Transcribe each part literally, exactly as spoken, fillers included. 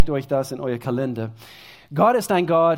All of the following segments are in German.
euch das in euer Kalender. Gott ist ein Gott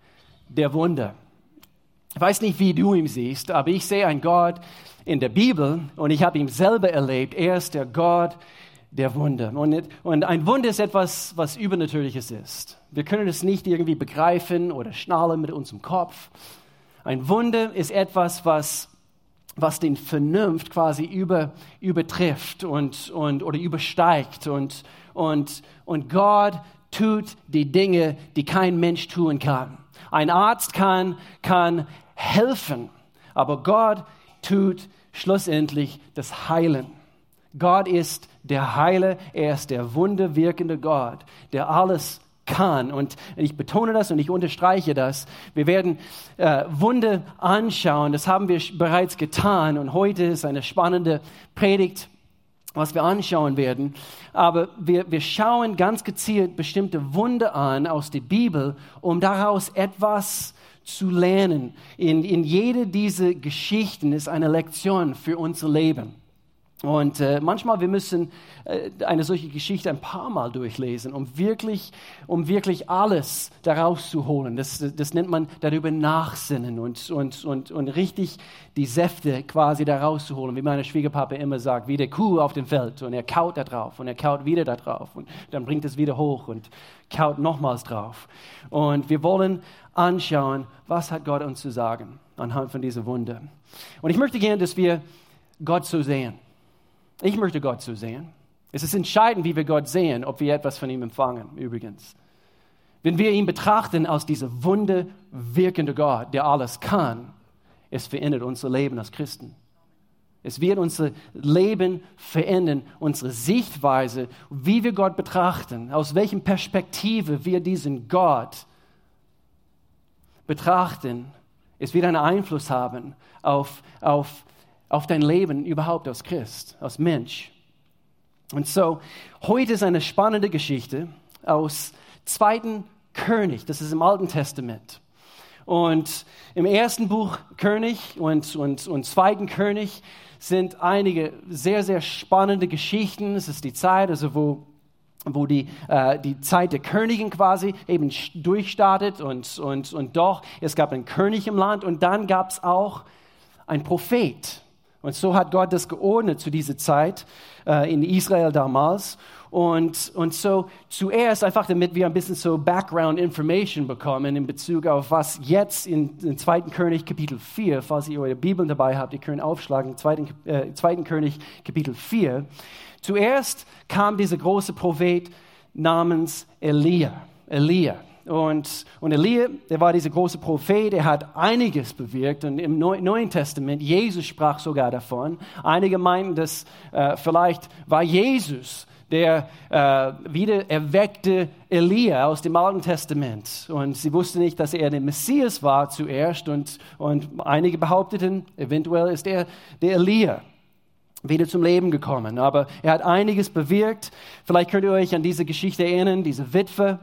der Wunder. Ich weiß nicht, wie du ihn siehst, aber ich sehe einen Gott in der Bibel und ich habe ihn selber erlebt. Er ist der Gott der Wunder. Und, und ein Wunder ist etwas, was Übernatürliches ist. Wir können es nicht irgendwie begreifen oder schnallen mit unserem Kopf. Ein Wunder ist etwas, was, was den Vernunft quasi über, übertrifft und, und, oder übersteigt. Und, und, und Gott tut die Dinge, die kein Mensch tun kann. Ein Arzt kann, kann helfen, aber Gott tut schlussendlich das Heilen. Gott ist der Heiler, er ist der wunderwirkende Gott, der alles kann. Und ich betone das und ich unterstreiche das. Wir werden äh, Wunder anschauen, das haben wir bereits getan. Und heute ist eine spannende Predigt, was wir anschauen werden. Aber wir, wir schauen ganz gezielt bestimmte Wunder an aus der Bibel, um daraus etwas zu lernen. In, in jede dieser Geschichten ist eine Lektion für unser Leben. Und äh, manchmal wir müssen äh, eine solche Geschichte ein paar Mal durchlesen, um wirklich, um wirklich alles daraus zu holen. Das, das nennt man darüber nachsinnen und, und, und, und richtig die Säfte quasi daraus zu holen. Wie meine Schwiegerpapa immer sagt, wie der Kuh auf dem Feld. Und er kaut da drauf und er kaut wieder da drauf. Und dann bringt es wieder hoch und kaut nochmals drauf. Und wir wollen anschauen, was hat Gott uns zu sagen anhand von dieser Wunder. Und ich möchte gerne, dass wir Gott so sehen. Ich möchte Gott so sehen. Es ist entscheidend, wie wir Gott sehen, ob wir etwas von ihm empfangen, übrigens. Wenn wir ihn betrachten als dieser wunderwirkende Gott, der alles kann, es verändert unser Leben als Christen. Es wird unser Leben verändern, unsere Sichtweise, wie wir Gott betrachten, aus welcher Perspektive wir diesen Gott betrachten. Es wird einen Einfluss haben auf, auf auf dein Leben überhaupt als Christ, als Mensch. Und so, heute ist eine spannende Geschichte aus zweiten König, das ist im Alten Testament. Und im ersten Buch König und, und, und zweiten König sind einige sehr, sehr spannende Geschichten. Es ist die Zeit, also wo wo die, äh, die Zeit der Königin quasi eben durchstartet und, und, und doch, es gab einen König im Land und dann gab es auch einen Prophet. Und so hat Gott das geordnet zu dieser Zeit äh, in Israel damals. Und, und so zuerst einfach, damit wir ein bisschen so Background-Information bekommen in Bezug auf was jetzt in, in zweiten König Kapitel vier, falls ihr eure Bibeln dabei habt, ihr könnt aufschlagen, zweiten, äh, zweiten König Kapitel vier. Zuerst kam dieser große Prophet namens Elia. Elia. Und, und Elia, der war dieser große Prophet, der hat einiges bewirkt. Und im Neuen Testament, Jesus sprach sogar davon. Einige meinten, dass äh, vielleicht war Jesus der äh, wieder erweckte Elia aus dem Alten Testament. Und sie wussten nicht, dass er der Messias war zuerst. Und, und einige behaupteten, eventuell ist er der Elia wieder zum Leben gekommen. Aber er hat einiges bewirkt. Vielleicht könnt ihr euch an diese Geschichte erinnern, diese Witwe.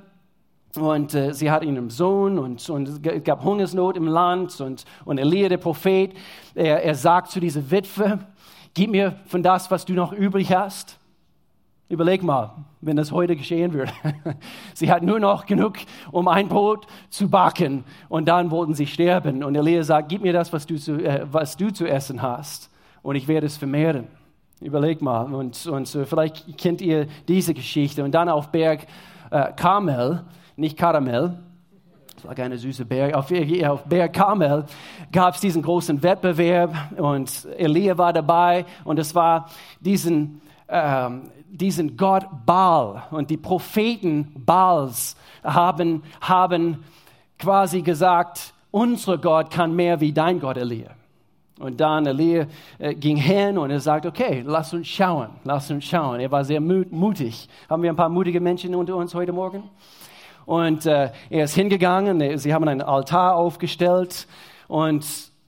Und äh, sie hat einen Sohn und, und es gab Hungersnot im Land. Und, und Elia, der Prophet, er, er sagt zu dieser Witwe, gib mir von das, was du noch übrig hast. Überleg mal, wenn das heute geschehen würde. Sie hat nur noch genug, um ein Brot zu backen. Und dann wollten sie sterben. Und Elia sagt, gib mir das, was du zu, äh, was du zu essen hast. Und ich werde es vermehren. Überleg mal. Und, und äh, vielleicht kennt ihr diese Geschichte. Und dann auf Berg äh, Karmel, nicht Karamell, das war keine süße Berg, auf, auf Berg Karmel gab es diesen großen Wettbewerb und Elia war dabei und es war diesen, ähm, diesen Gott Baal und die Propheten Baals haben, haben quasi gesagt, unser Gott kann mehr wie dein Gott Elia. Und dann Elia äh, ging hin und er sagt, okay, lass uns schauen, lass uns schauen. Er war sehr mutig. Haben wir ein paar mutige Menschen unter uns heute Morgen? Und äh, er ist hingegangen, sie haben einen Altar aufgestellt und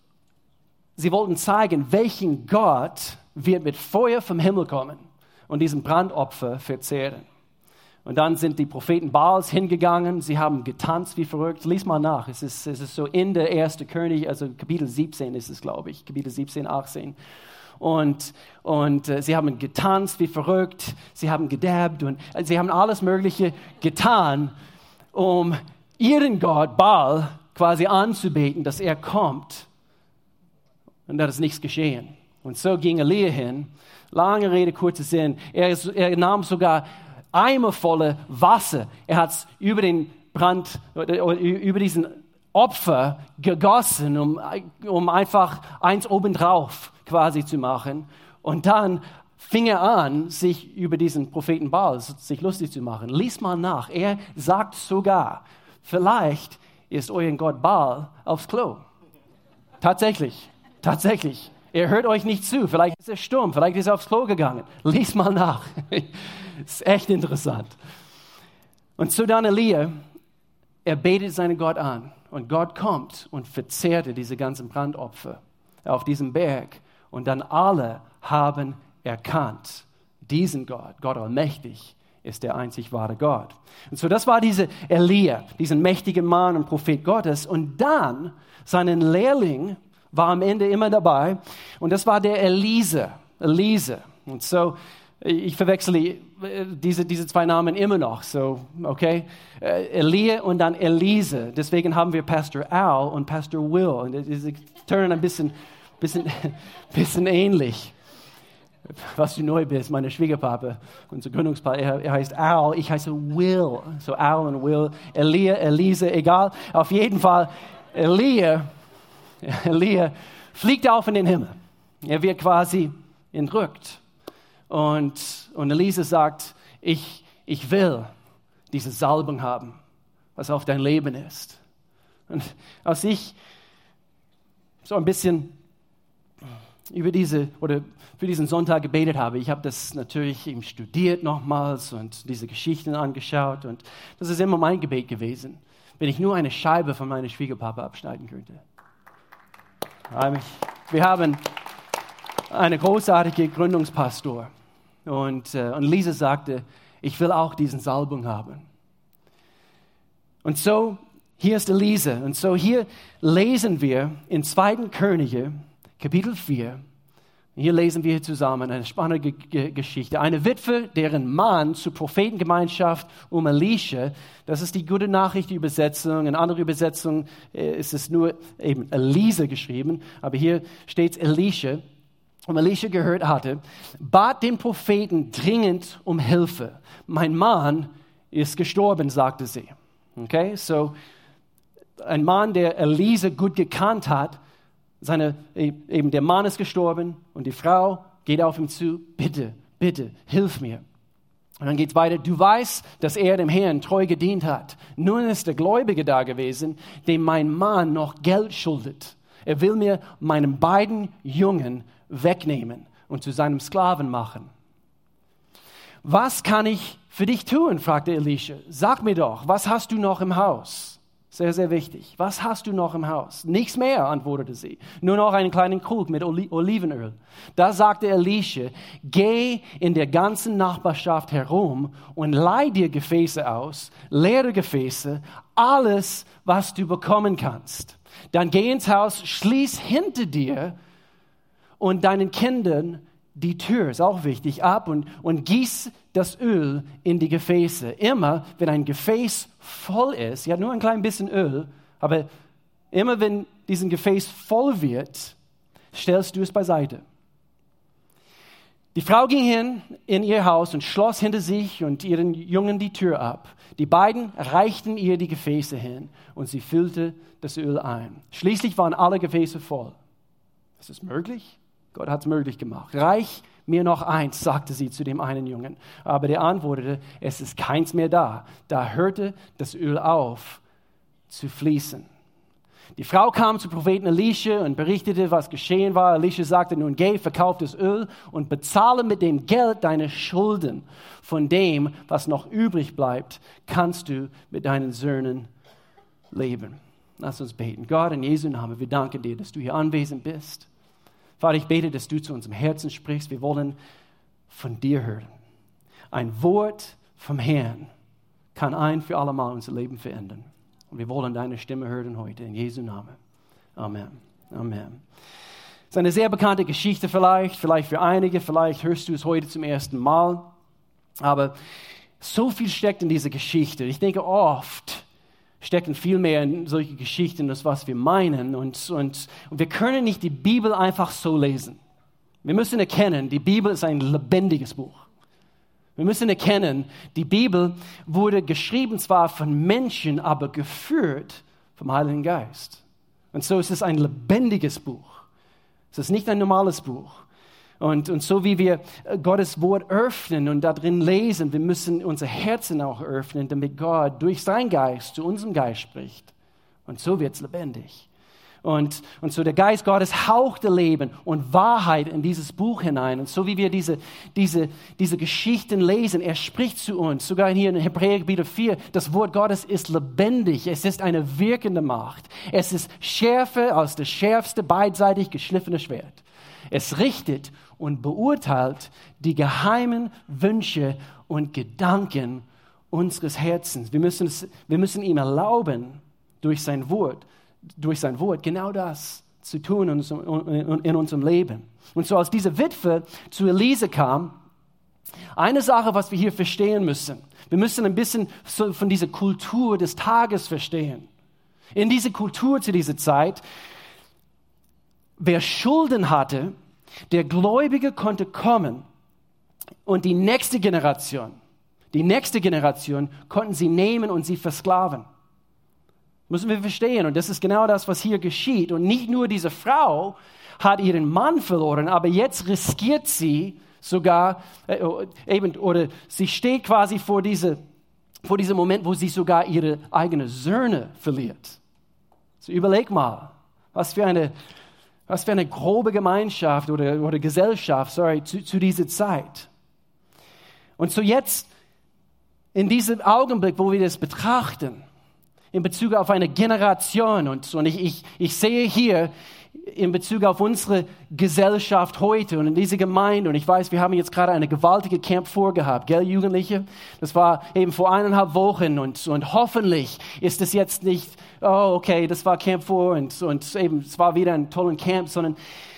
sie wollten zeigen, welchen Gott wird mit Feuer vom Himmel kommen und diesen Brandopfer verzehren. Und dann sind die Propheten Baals hingegangen, sie haben getanzt wie verrückt. Lies mal nach, es ist, es ist so in der ersten König, also Kapitel siebzehn ist es, glaube ich, Kapitel siebzehn, achtzehn. und, und äh, sie haben getanzt wie verrückt, sie haben gedabbt und äh, sie haben alles Mögliche getan, um ihren Gott Baal quasi anzubeten, dass er kommt. Und da ist nichts geschehen. Und so ging Elia hin. Lange Rede, kurzer Sinn. Er, ist, er nahm sogar Eimer volle Wasser. Er hat es über den Brand, über diesen Opfer gegossen, um, um einfach eins obendrauf quasi zu machen. Und dann fing er an, sich über diesen Propheten Baal sich lustig zu machen. Lies mal nach. Er sagt sogar, vielleicht ist euer Gott Baal aufs Klo. Tatsächlich, tatsächlich. Er hört euch nicht zu. Vielleicht ist er stumm, vielleicht ist er aufs Klo gegangen. Lies mal nach. Ist echt interessant. Und so dann Elia, er betet seinen Gott an. Und Gott kommt und verzehrte diese ganzen Brandopfer auf diesem Berg. Und dann alle haben erkannt, diesen Gott, Gott allmächtig, ist der einzig wahre Gott. Und so das war diese Elia, diesen mächtigen Mann und Prophet Gottes. Und dann seinen Lehrling war am Ende immer dabei. Und das war der Eliezer. Eliezer. Und so, ich verwechsle diese, diese zwei Namen immer noch. So, okay? Elia und dann Eliezer. Deswegen haben wir Pastor Al und Pastor Will. Und sie turnen ein bisschen, bisschen, bisschen ähnlich. Was du neu bist, meine Schwiegerpapa, unser Gründungspaar, er, er heißt Al, ich heiße Will. So Al und Will, Elia, Eliezer, egal. Auf jeden Fall, Elia, Elia fliegt auf in den Himmel. Er wird quasi entrückt. Und, und Eliezer sagt, ich, ich will diese Salbung haben, was auf dein Leben ist. Und als ich so ein bisschen über diese, oder für diesen Sonntag gebetet habe, ich habe das natürlich eben studiert nochmals und diese Geschichten angeschaut. Und das ist immer mein Gebet gewesen, wenn ich nur eine Scheibe von meinem Schwiegerpapa abschneiden könnte. Wir haben einen großartigen Gründungspastor. Und, äh, und Lisa sagte, ich will auch diesen Salbung haben. Und so, hier ist Elisa. Und so hier lesen wir in zweiten Könige, Kapitel vier. Hier lesen wir zusammen eine spannende G- Geschichte. Eine Witwe, deren Mann zur Prophetengemeinschaft um Elisha, das ist die gute Nachricht, die Übersetzung. In anderen Übersetzungen äh, ist es nur eben Elisa geschrieben, aber hier steht Elisha. Und Elisha gehört hatte, bat den Propheten dringend um Hilfe. Mein Mann ist gestorben, sagte sie. Okay, so ein Mann, der Elisa gut gekannt hat, seine, eben der Mann ist gestorben und die Frau geht auf ihn zu, bitte, bitte, hilf mir. Und dann geht es weiter, du weißt, dass er dem Herrn treu gedient hat. Nun ist der Gläubige da gewesen, dem mein Mann noch Geld schuldet. Er will mir meinen beiden Jungen wegnehmen und zu seinem Sklaven machen. Was kann ich für dich tun? Fragte Elisha. Sag mir doch, was hast du noch im Haus? Sehr, sehr wichtig. Was hast du noch im Haus? Nichts mehr, antwortete sie. Nur noch einen kleinen Krug mit Oli- Olivenöl. Da sagte Elisha, geh in der ganzen Nachbarschaft herum und leih dir Gefäße aus, leere Gefäße, alles, was du bekommen kannst. Dann geh ins Haus, schließ hinter dir und deinen Kindern die Tür, ist auch wichtig, ab und, und gieß das Öl in die Gefäße. Immer, wenn ein Gefäß voll ist, ja, nur ein klein bisschen Öl, aber immer, wenn dieses Gefäß voll wird, stellst du es beiseite. Die Frau ging hin in ihr Haus und schloss hinter sich und ihren Jungen die Tür ab. Die beiden reichten ihr die Gefäße hin und sie füllte das Öl ein. Schließlich waren alle Gefäße voll. Ist es möglich? Gott hat es möglich gemacht. Reich mir noch eins, sagte sie zu dem einen Jungen. Aber der antwortete, es ist keins mehr da. Da hörte das Öl auf zu fließen. Die Frau kam zu Propheten Elisha und berichtete, was geschehen war. Elisha sagte, nun geh, verkauf das Öl und bezahle mit dem Geld deine Schulden. Von dem, was noch übrig bleibt, kannst du mit deinen Söhnen leben. Lass uns beten. Gott, in Jesu Namen, wir danken dir, dass du hier anwesend bist. Vater, ich bete, dass du zu unserem Herzen sprichst. Wir wollen von dir hören. Ein Wort vom Herrn kann ein für alle Mal unser Leben verändern. Und wir wollen deine Stimme hören heute. In Jesu Namen. Amen. Amen. ist eine sehr bekannte Geschichte vielleicht, vielleicht für einige, vielleicht hörst du es heute zum ersten Mal. Aber so viel steckt in dieser Geschichte. Ich denke, oft stecken viel mehr in solche Geschichten, als was wir meinen. Und, und, und wir können nicht die Bibel einfach so lesen. Wir müssen erkennen, die Bibel ist ein lebendiges Buch. Wir müssen erkennen, die Bibel wurde geschrieben zwar von Menschen, aber geführt vom Heiligen Geist. Und so ist es ein lebendiges Buch. Es ist nicht ein normales Buch. Und, und so wie wir Gottes Wort öffnen und da drin lesen, wir müssen unser Herzen auch öffnen, damit Gott durch seinen Geist zu unserem Geist spricht. Und so wird es lebendig. Und, und so der Geist Gottes hauchte Leben und Wahrheit in dieses Buch hinein. Und so wie wir diese, diese, diese Geschichten lesen, er spricht zu uns, sogar hier in Hebräer Kapitel vier, das Wort Gottes ist lebendig, es ist eine wirkende Macht. Es ist schärfer als das schärfste, beidseitig geschliffene Schwert. Es richtet und beurteilt die geheimen Wünsche und Gedanken unseres Herzens. Wir müssen, es, wir müssen ihm erlauben, durch sein Wort, durch sein Wort genau das zu tun in unserem, in unserem Leben. Und so als diese Witwe zu Elise kam, eine Sache, was wir hier verstehen müssen, wir müssen ein bisschen so von dieser Kultur des Tages verstehen. In dieser Kultur zu dieser Zeit, wer Schulden hatte, der Gläubige konnte kommen und die nächste Generation, die nächste Generation konnten sie nehmen und sie versklaven. Müssen wir verstehen. Und das ist genau das, was hier geschieht. Und nicht nur diese Frau hat ihren Mann verloren, aber jetzt riskiert sie sogar, äh, eben, oder sie steht quasi vor, diese, vor diesem Moment, wo sie sogar ihre eigenen Söhne verliert. So überleg mal, was für eine, was für eine grobe Gemeinschaft oder, oder Gesellschaft, sorry, zu, zu dieser Zeit. Und so jetzt, in diesem Augenblick, wo wir das betrachten, in Bezug auf eine Generation. Und, und ich, ich, ich sehe hier in Bezug auf unsere Gesellschaft heute und in diese Gemeinde, und ich weiß, wir haben jetzt gerade eine gewaltige Camp vorgehabt, gell, Jugendliche? Das war eben vor eineinhalb Wochen und, und hoffentlich ist es jetzt nicht, oh, okay, das war Camp vor und, und eben, es war wieder ein toller Camp, sondern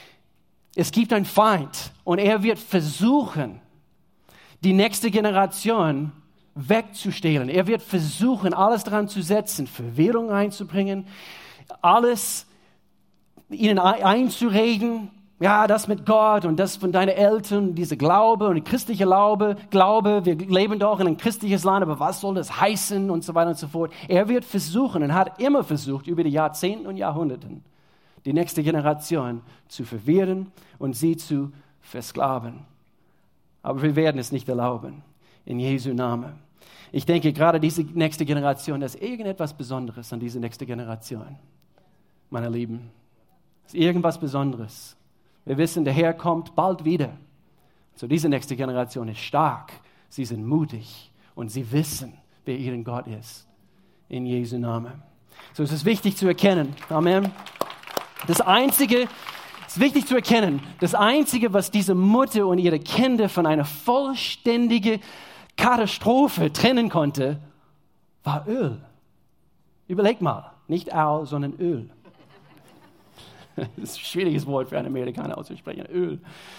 es gibt einen Feind und er wird versuchen, die nächste Generation wegzustehlen. Er wird versuchen, alles daran zu setzen, Verwirrung einzubringen, alles ihnen einzureden, ja, das mit Gott und das von deinen Eltern, diese Glaube und die christliche Glaube, Glaube, wir leben doch in ein christliches Land, aber was soll das heißen und so weiter und so fort. Er wird versuchen und hat immer versucht, über die Jahrzehnte und Jahrhunderten, die nächste Generation zu verwirren und sie zu versklaven. Aber wir werden es nicht erlauben. In Jesu Namen. Ich denke, gerade diese nächste Generation, da ist irgendetwas Besonderes an dieser nächsten Generation. Meine Lieben, das ist irgendwas Besonderes. Wir wissen, der Herr kommt bald wieder. So, diese nächste Generation ist stark. Sie sind mutig und sie wissen, wer ihren Gott ist. In Jesu Namen. So, es ist wichtig zu erkennen. Amen. Das Einzige, es ist wichtig zu erkennen, das Einzige, was diese Mutter und ihre Kinder von einer vollständigen Katastrophe trennen konnte, war Öl. Überleg mal, nicht Au, sondern Öl. Das ist ein schwieriges Wort für einen Amerikaner auszusprechen, Öl.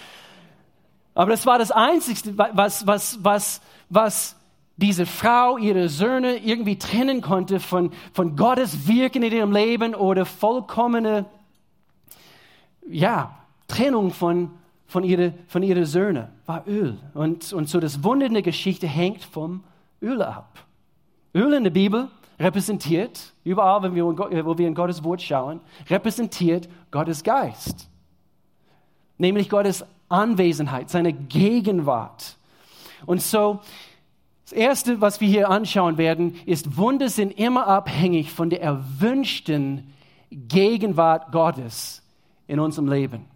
Aber das war das Einzige, was, was, was, was diese Frau, ihre Söhne irgendwie trennen konnte von, von Gottes Wirken in ihrem Leben oder vollkommene, ja, Trennung von Von ihren von ihre Söhnen, war Öl. Und, und so das Wunder in der Geschichte hängt vom Öl ab. Öl in der Bibel repräsentiert, überall, wenn wir, wo wir in Gottes Wort schauen, repräsentiert Gottes Geist. Nämlich Gottes Anwesenheit, seine Gegenwart. Und so, das Erste, was wir hier anschauen werden, ist, Wunder sind immer abhängig von der erwünschten Gegenwart Gottes in unserem Leben.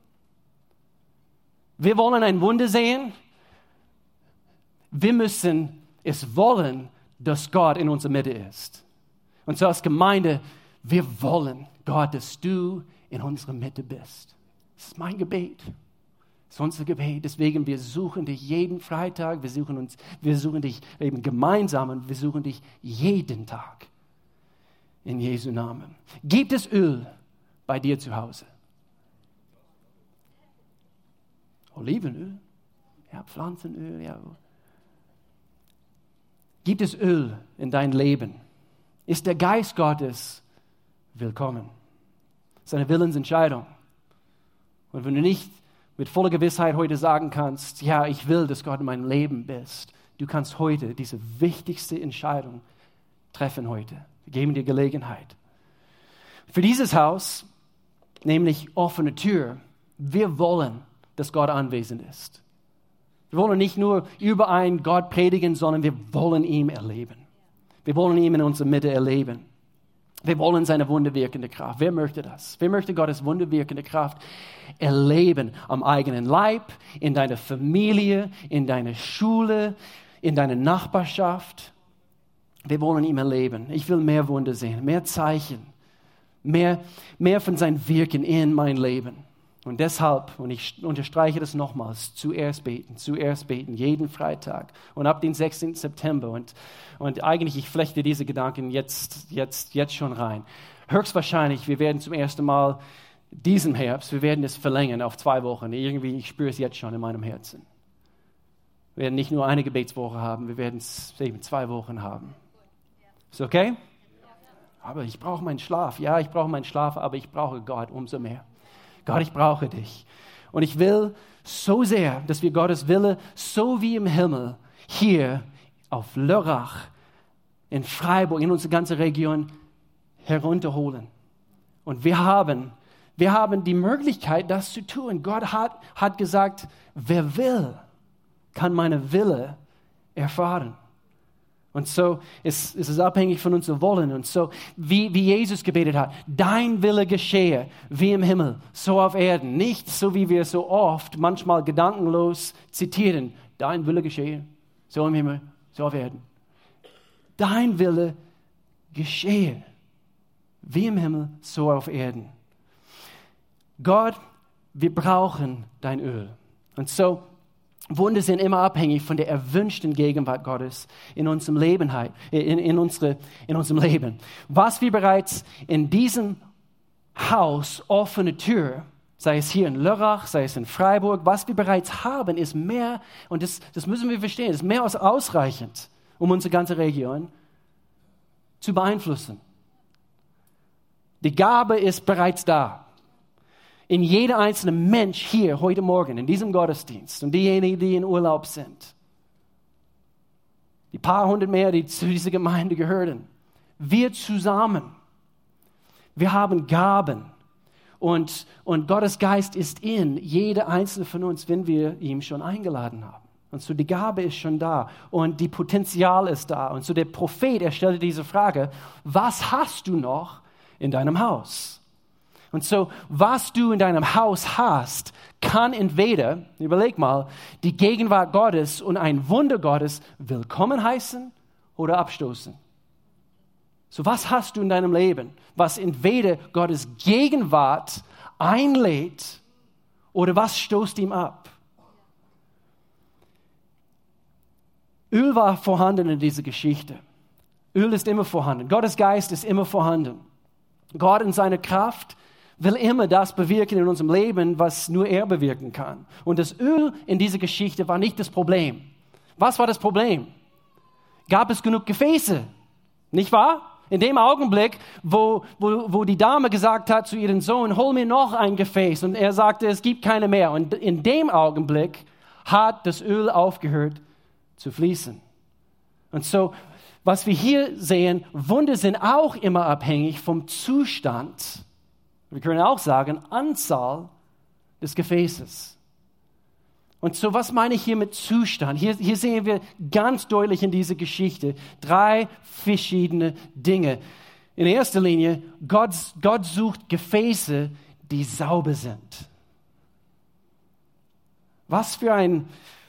Wir wollen ein Wunder sehen. Wir müssen es wollen, dass Gott in unserer Mitte ist. Und so als Gemeinde, wir wollen, Gott, dass du in unserer Mitte bist. Das ist mein Gebet. Das ist unser Gebet. Deswegen, wir suchen dich jeden Freitag. Wir suchen uns, wir suchen dich eben gemeinsam und wir suchen dich jeden Tag. In Jesu Namen. Gibt es Öl bei dir zu Hause? Olivenöl? Ja, Pflanzenöl, ja. Gibt es Öl in dein Leben? Ist der Geist Gottes willkommen? Das ist eine Willensentscheidung. Und wenn du nicht mit voller Gewissheit heute sagen kannst, ja, ich will, dass Gott in meinem Leben bist, du kannst heute diese wichtigste Entscheidung treffen heute. Wir geben dir Gelegenheit. Für dieses Haus, nämlich offene Tür, wir wollen, dass Gott anwesend ist. Wir wollen nicht nur über einen Gott predigen, sondern wir wollen ihn erleben. Wir wollen ihn in unserer Mitte erleben. Wir wollen seine wunderwirkende Kraft. Wer möchte das? Wer möchte Gottes wunderwirkende Kraft erleben am eigenen Leib, in deiner Familie, in deiner Schule, in deiner Nachbarschaft? Wir wollen ihn erleben. Ich will mehr Wunder sehen, mehr Zeichen, mehr, mehr von seinem Wirken in mein Leben. Und deshalb, und ich unterstreiche das nochmals, zuerst beten, zuerst beten, jeden Freitag und ab den sechzehnten September. Und, und eigentlich, ich flechte diese Gedanken jetzt, jetzt, jetzt schon rein. Höchstwahrscheinlich, wir werden zum ersten Mal diesen Herbst, wir werden es verlängern auf zwei Wochen. Irgendwie, ich spüre es jetzt schon in meinem Herzen. Wir werden nicht nur eine Gebetswoche haben, wir werden es eben zwei Wochen haben. Ist okay? Aber ich brauche meinen Schlaf. Ja, ich brauche meinen Schlaf, aber ich brauche Gott umso mehr. Gott, ich brauche dich. Und ich will so sehr, dass wir Gottes Wille so wie im Himmel hier auf Lörrach, in Freiburg, in unsere ganze Region herunterholen. Und wir haben, wir haben die Möglichkeit, das zu tun. Gott hat, hat gesagt, wer will, kann meine Wille erfahren. Und so ist, ist es abhängig von unserem Wollen. Und so, wie, wie Jesus gebetet hat, dein Wille geschehe, wie im Himmel, so auf Erden. Nicht so, wie wir so oft, manchmal gedankenlos zitieren, dein Wille geschehe, so im Himmel, so auf Erden. Dein Wille geschehe, wie im Himmel, so auf Erden. Gott, wir brauchen dein Öl. Und so, Wunder sind immer abhängig von der erwünschten Gegenwart Gottes in unserem Leben. In, in, unsere, in unserem Leben. Was wir bereits in diesem Haus, offene Tür, sei es hier in Lörrach, sei es in Freiburg, was wir bereits haben, ist mehr, und das, das müssen wir verstehen, ist mehr als ausreichend, um unsere ganze Region zu beeinflussen. Die Gabe ist bereits da. In jeder einzelne Mensch hier heute Morgen, in diesem Gottesdienst und diejenigen, die in Urlaub sind. Die paar hundert mehr, die zu dieser Gemeinde gehören. Wir zusammen, wir haben Gaben und, und Gottes Geist ist in jeder einzelne von uns, wenn wir ihn schon eingeladen haben. Und so die Gabe ist schon da und die Potenzial ist da. Und so der Prophet, er stellte diese Frage, was hast du noch in deinem Haus? Und so, was du in deinem Haus hast, kann entweder, überleg mal, die Gegenwart Gottes und ein Wunder Gottes willkommen heißen oder abstoßen. So, was hast du in deinem Leben, was entweder Gottes Gegenwart einlädt oder was stoßt ihm ab? Öl war vorhanden in dieser Geschichte. Öl ist immer vorhanden. Gottes Geist ist immer vorhanden. Gott in seiner Kraft will immer das bewirken in unserem Leben, was nur er bewirken kann. Und das Öl in dieser Geschichte war nicht das Problem. Was war das Problem? Gab es genug Gefäße? Nicht wahr? In dem Augenblick, wo, wo, wo die Dame gesagt hat zu ihrem Sohn, hol mir noch ein Gefäß. Und er sagte, es gibt keine mehr. Und in dem Augenblick hat das Öl aufgehört zu fließen. Und so, was wir hier sehen, Wunder sind auch immer abhängig vom Zustand. Wir können auch sagen, Anzahl des Gefäßes. Und so, was meine ich hier mit Zustand? Hier, hier sehen wir ganz deutlich in dieser Geschichte drei verschiedene Dinge. In erster Linie, Gott, Gott sucht Gefäße, die sauber sind. Was für ein,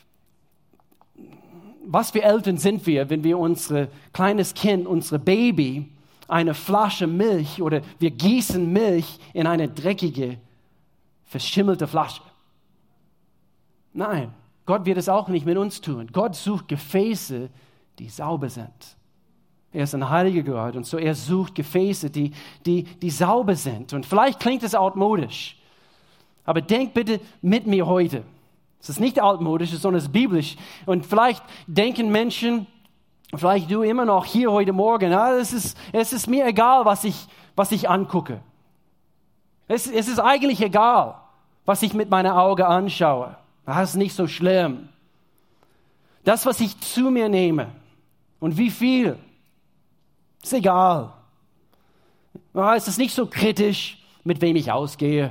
was für Eltern sind wir, wenn wir unser kleines Kind, unser Baby, eine Flasche Milch oder wir gießen Milch in eine dreckige, verschimmelte Flasche. Nein, Gott wird es auch nicht mit uns tun. Gott sucht Gefäße, die sauber sind. Er ist ein heiliger Gott und so er sucht Gefäße, die, die, die sauber sind. Und vielleicht klingt es altmodisch, aber denk bitte mit mir heute. Es ist nicht altmodisch, sondern es ist biblisch. Und vielleicht denken Menschen, vielleicht du immer noch hier heute Morgen, ja, es ist, es ist mir egal, was ich, was ich angucke. Es, es ist eigentlich egal, was ich mit meinen Augen anschaue. Das ist nicht so schlimm. Das, was ich zu mir nehme und wie viel, ist egal. Ja, es ist nicht so kritisch, mit wem ich ausgehe.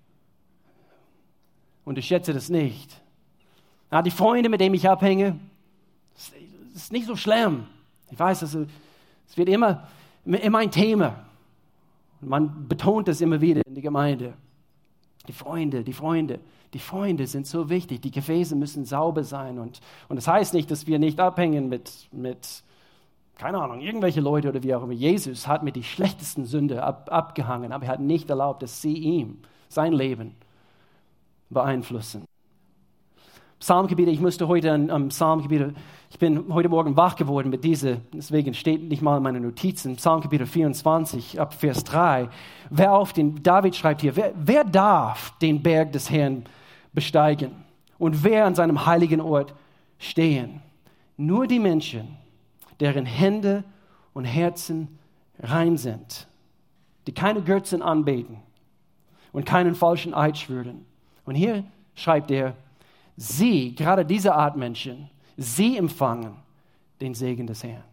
Und ich schätze das nicht. Ja, die Freunde, mit denen ich abhänge, das ist nicht so schlimm. Ich weiß, also, es wird immer, immer ein Thema. Und man betont es immer wieder in der Gemeinde. Die Freunde, die Freunde, die Freunde sind so wichtig. Die Gefäße müssen sauber sein. Und, und das heißt nicht, dass wir nicht abhängen mit, mit, keine Ahnung, irgendwelche Leute oder wie auch immer. Jesus hat mit die schlechtesten Sünde ab, abgehangen, aber er hat nicht erlaubt, dass sie ihm sein Leben beeinflussen. Psalmgebiete, ich musste heute an, an Psalmgebiete, ich bin heute Morgen wach geworden mit dieser, deswegen steht nicht mal in meinen Notizen, Psalmgebiete vierundzwanzig, ab Vers drei. Wer auf den, David schreibt hier, wer, wer darf den Berg des Herrn besteigen und wer an seinem heiligen Ort stehen? Nur die Menschen, deren Hände und Herzen rein sind, die keine Götzen anbeten und keinen falschen Eid schwören. Und hier schreibt er, sie, gerade diese Art Menschen, sie empfangen den Segen des Herrn.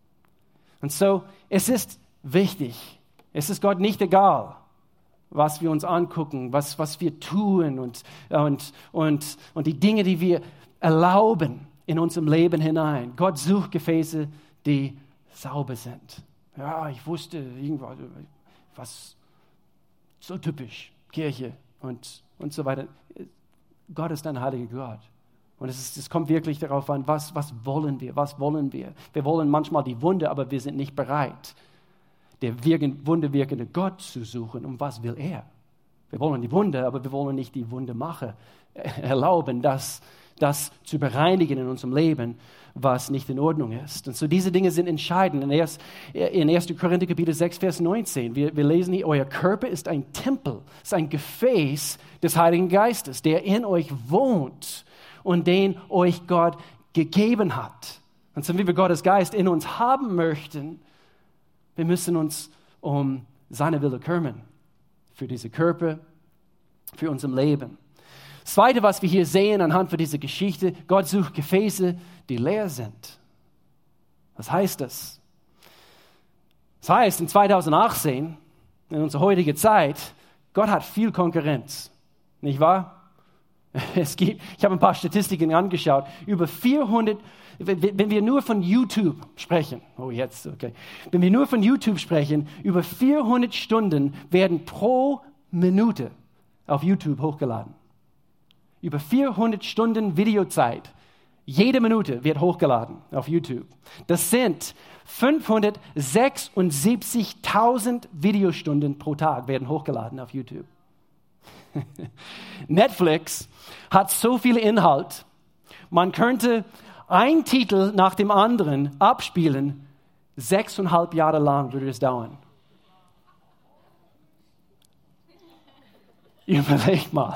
Und so, es ist wichtig, es ist Gott nicht egal, was wir uns angucken, was, was wir tun und, und, und, und die Dinge, die wir erlauben in unserem Leben hinein. Gott sucht Gefäße, die sauber sind. Ja, ich wusste irgendwas, was so typisch, Kirche und, und so weiter. Gott ist ein heiliger Gott. Und es, ist, es kommt wirklich darauf an, was, was wollen wir, was wollen wir. Wir wollen manchmal die Wunde, aber wir sind nicht bereit, der wirken, wunderwirkende Gott zu suchen. Und was will er? Wir wollen die Wunde, aber wir wollen nicht die Wunde machen. Erlauben, das, das zu bereinigen in unserem Leben, was nicht in Ordnung ist. Und so diese Dinge sind entscheidend. In erster Korinther Kapitel sechs, Vers neunzehn, wir, wir lesen hier, euer Körper ist ein Tempel, ist ein Gefäß des Heiligen Geistes, der in euch wohnt und den euch Gott gegeben hat. Und so wie wir Gottes Geist in uns haben möchten, wir müssen uns um seine Wille kümmern. Für diese Körper, für unser Leben. Das Zweite, was wir hier sehen anhand von dieser Geschichte, Gott sucht Gefäße, die leer sind. Was heißt das? Das heißt, in zweitausendachtzehn, in unserer heutigen Zeit, Gott hat viel Konkurrenz. Nicht wahr? Es gibt, ich habe ein paar Statistiken angeschaut, über vierhundert, wenn wir nur von YouTube sprechen, oh jetzt, okay, wenn wir nur von YouTube sprechen, über vierhundert Stunden werden pro Minute auf YouTube hochgeladen. Über vierhundert Stunden Videozeit. Jede Minute wird hochgeladen auf YouTube. Das sind fünfhundertsechsundsiebzigtausend Videostunden pro Tag werden hochgeladen auf YouTube. Netflix hat so viel Inhalt, man könnte einen Titel nach dem anderen abspielen, sechseinhalb Jahre lang würde es dauern. Überleg mal.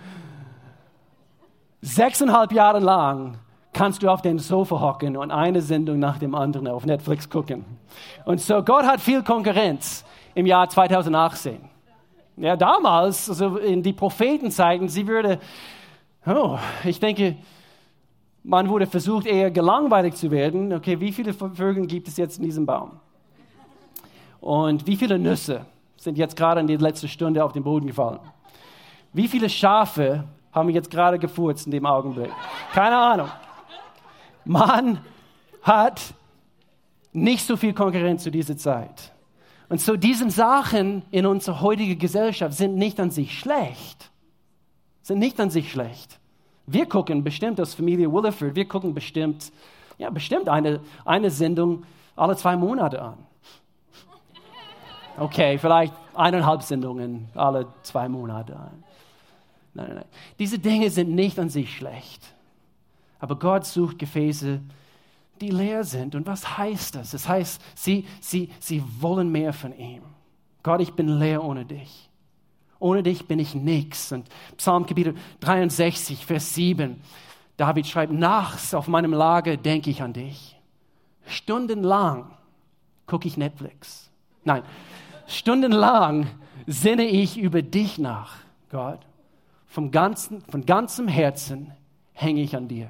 Sechseinhalb Jahre lang kannst du auf dem Sofa hocken und eine Sendung nach dem anderen auf Netflix gucken. Und so, Gott hat viel Konkurrenz im Jahr zweitausendachtzehn. Ja, damals, also in die Prophetenzeiten, sie würde, oh, ich denke, man wurde versucht, eher gelangweilt zu werden. Okay, wie viele Vögel gibt es jetzt in diesem Baum? Und wie viele Nüsse sind jetzt gerade in die letzte Stunde auf den Boden gefallen? Wie viele Schafe haben wir jetzt gerade gefurzt in dem Augenblick? Keine Ahnung. Man hat nicht so viel Konkurrenz zu dieser Zeit. Und so diese Sachen in unserer heutigen Gesellschaft sind nicht an sich schlecht. Sind nicht an sich schlecht. Wir gucken bestimmt als Familie Williford, wir gucken bestimmt, ja, bestimmt eine, eine Sendung alle zwei Monate an. Okay, vielleicht eineinhalb Sendungen alle zwei Monate an. Nein, nein, nein. Diese Dinge sind nicht an sich schlecht. Aber Gott sucht Gefäße, die leer sind. Und was heißt das? Das heißt, sie, sie, sie wollen mehr von ihm. Gott, ich bin leer ohne dich. Ohne dich bin ich nichts. Und Psalm Kapitel dreiundsechzig, Vers sieben. David schreibt, nachts auf meinem Lager denke ich an dich. Stundenlang gucke ich Netflix. Nein, stundenlang sinne ich über dich nach, Gott. Vom ganzen, von ganzem Herzen hänge ich an dir.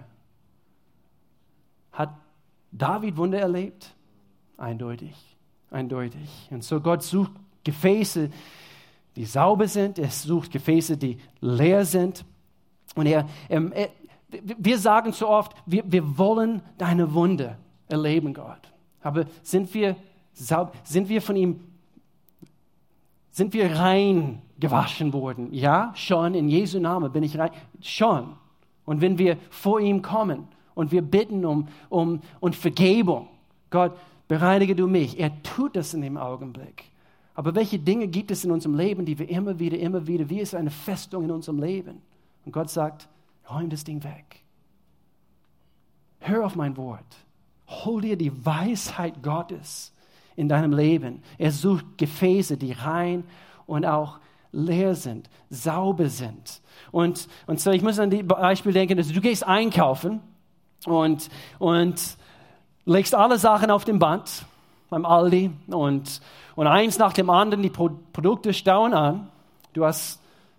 Hat David Wunder erlebt? Eindeutig, eindeutig. Und so Gott sucht Gefäße, die sauber sind. Er sucht Gefäße, die leer sind. Und er, er, er wir sagen so oft, wir, wir wollen deine Wunder erleben, Gott. Aber sind wir, sind wir von ihm, sind wir rein gewaschen worden? Ja, schon, in Jesu Namen bin ich rein. Schon. Und wenn wir vor ihm kommen und wir bitten um, um, um Vergebung, Gott, bereinige du mich. Er tut das in dem Augenblick. Aber welche Dinge gibt es in unserem Leben, die wir immer wieder, immer wieder, wie ist eine Festung in unserem Leben? Und Gott sagt, räum das Ding weg. Hör auf mein Wort. Hol dir die Weisheit Gottes in deinem Leben. Er sucht Gefäße, die rein und auch leer sind, sauber sind. Und, und so, ich muss an das Beispiel denken, dass du gehst einkaufen und, und legst alle Sachen auf dem Band beim Aldi und, und eins nach dem anderen, die Pro- Produkte stauen an. Du hast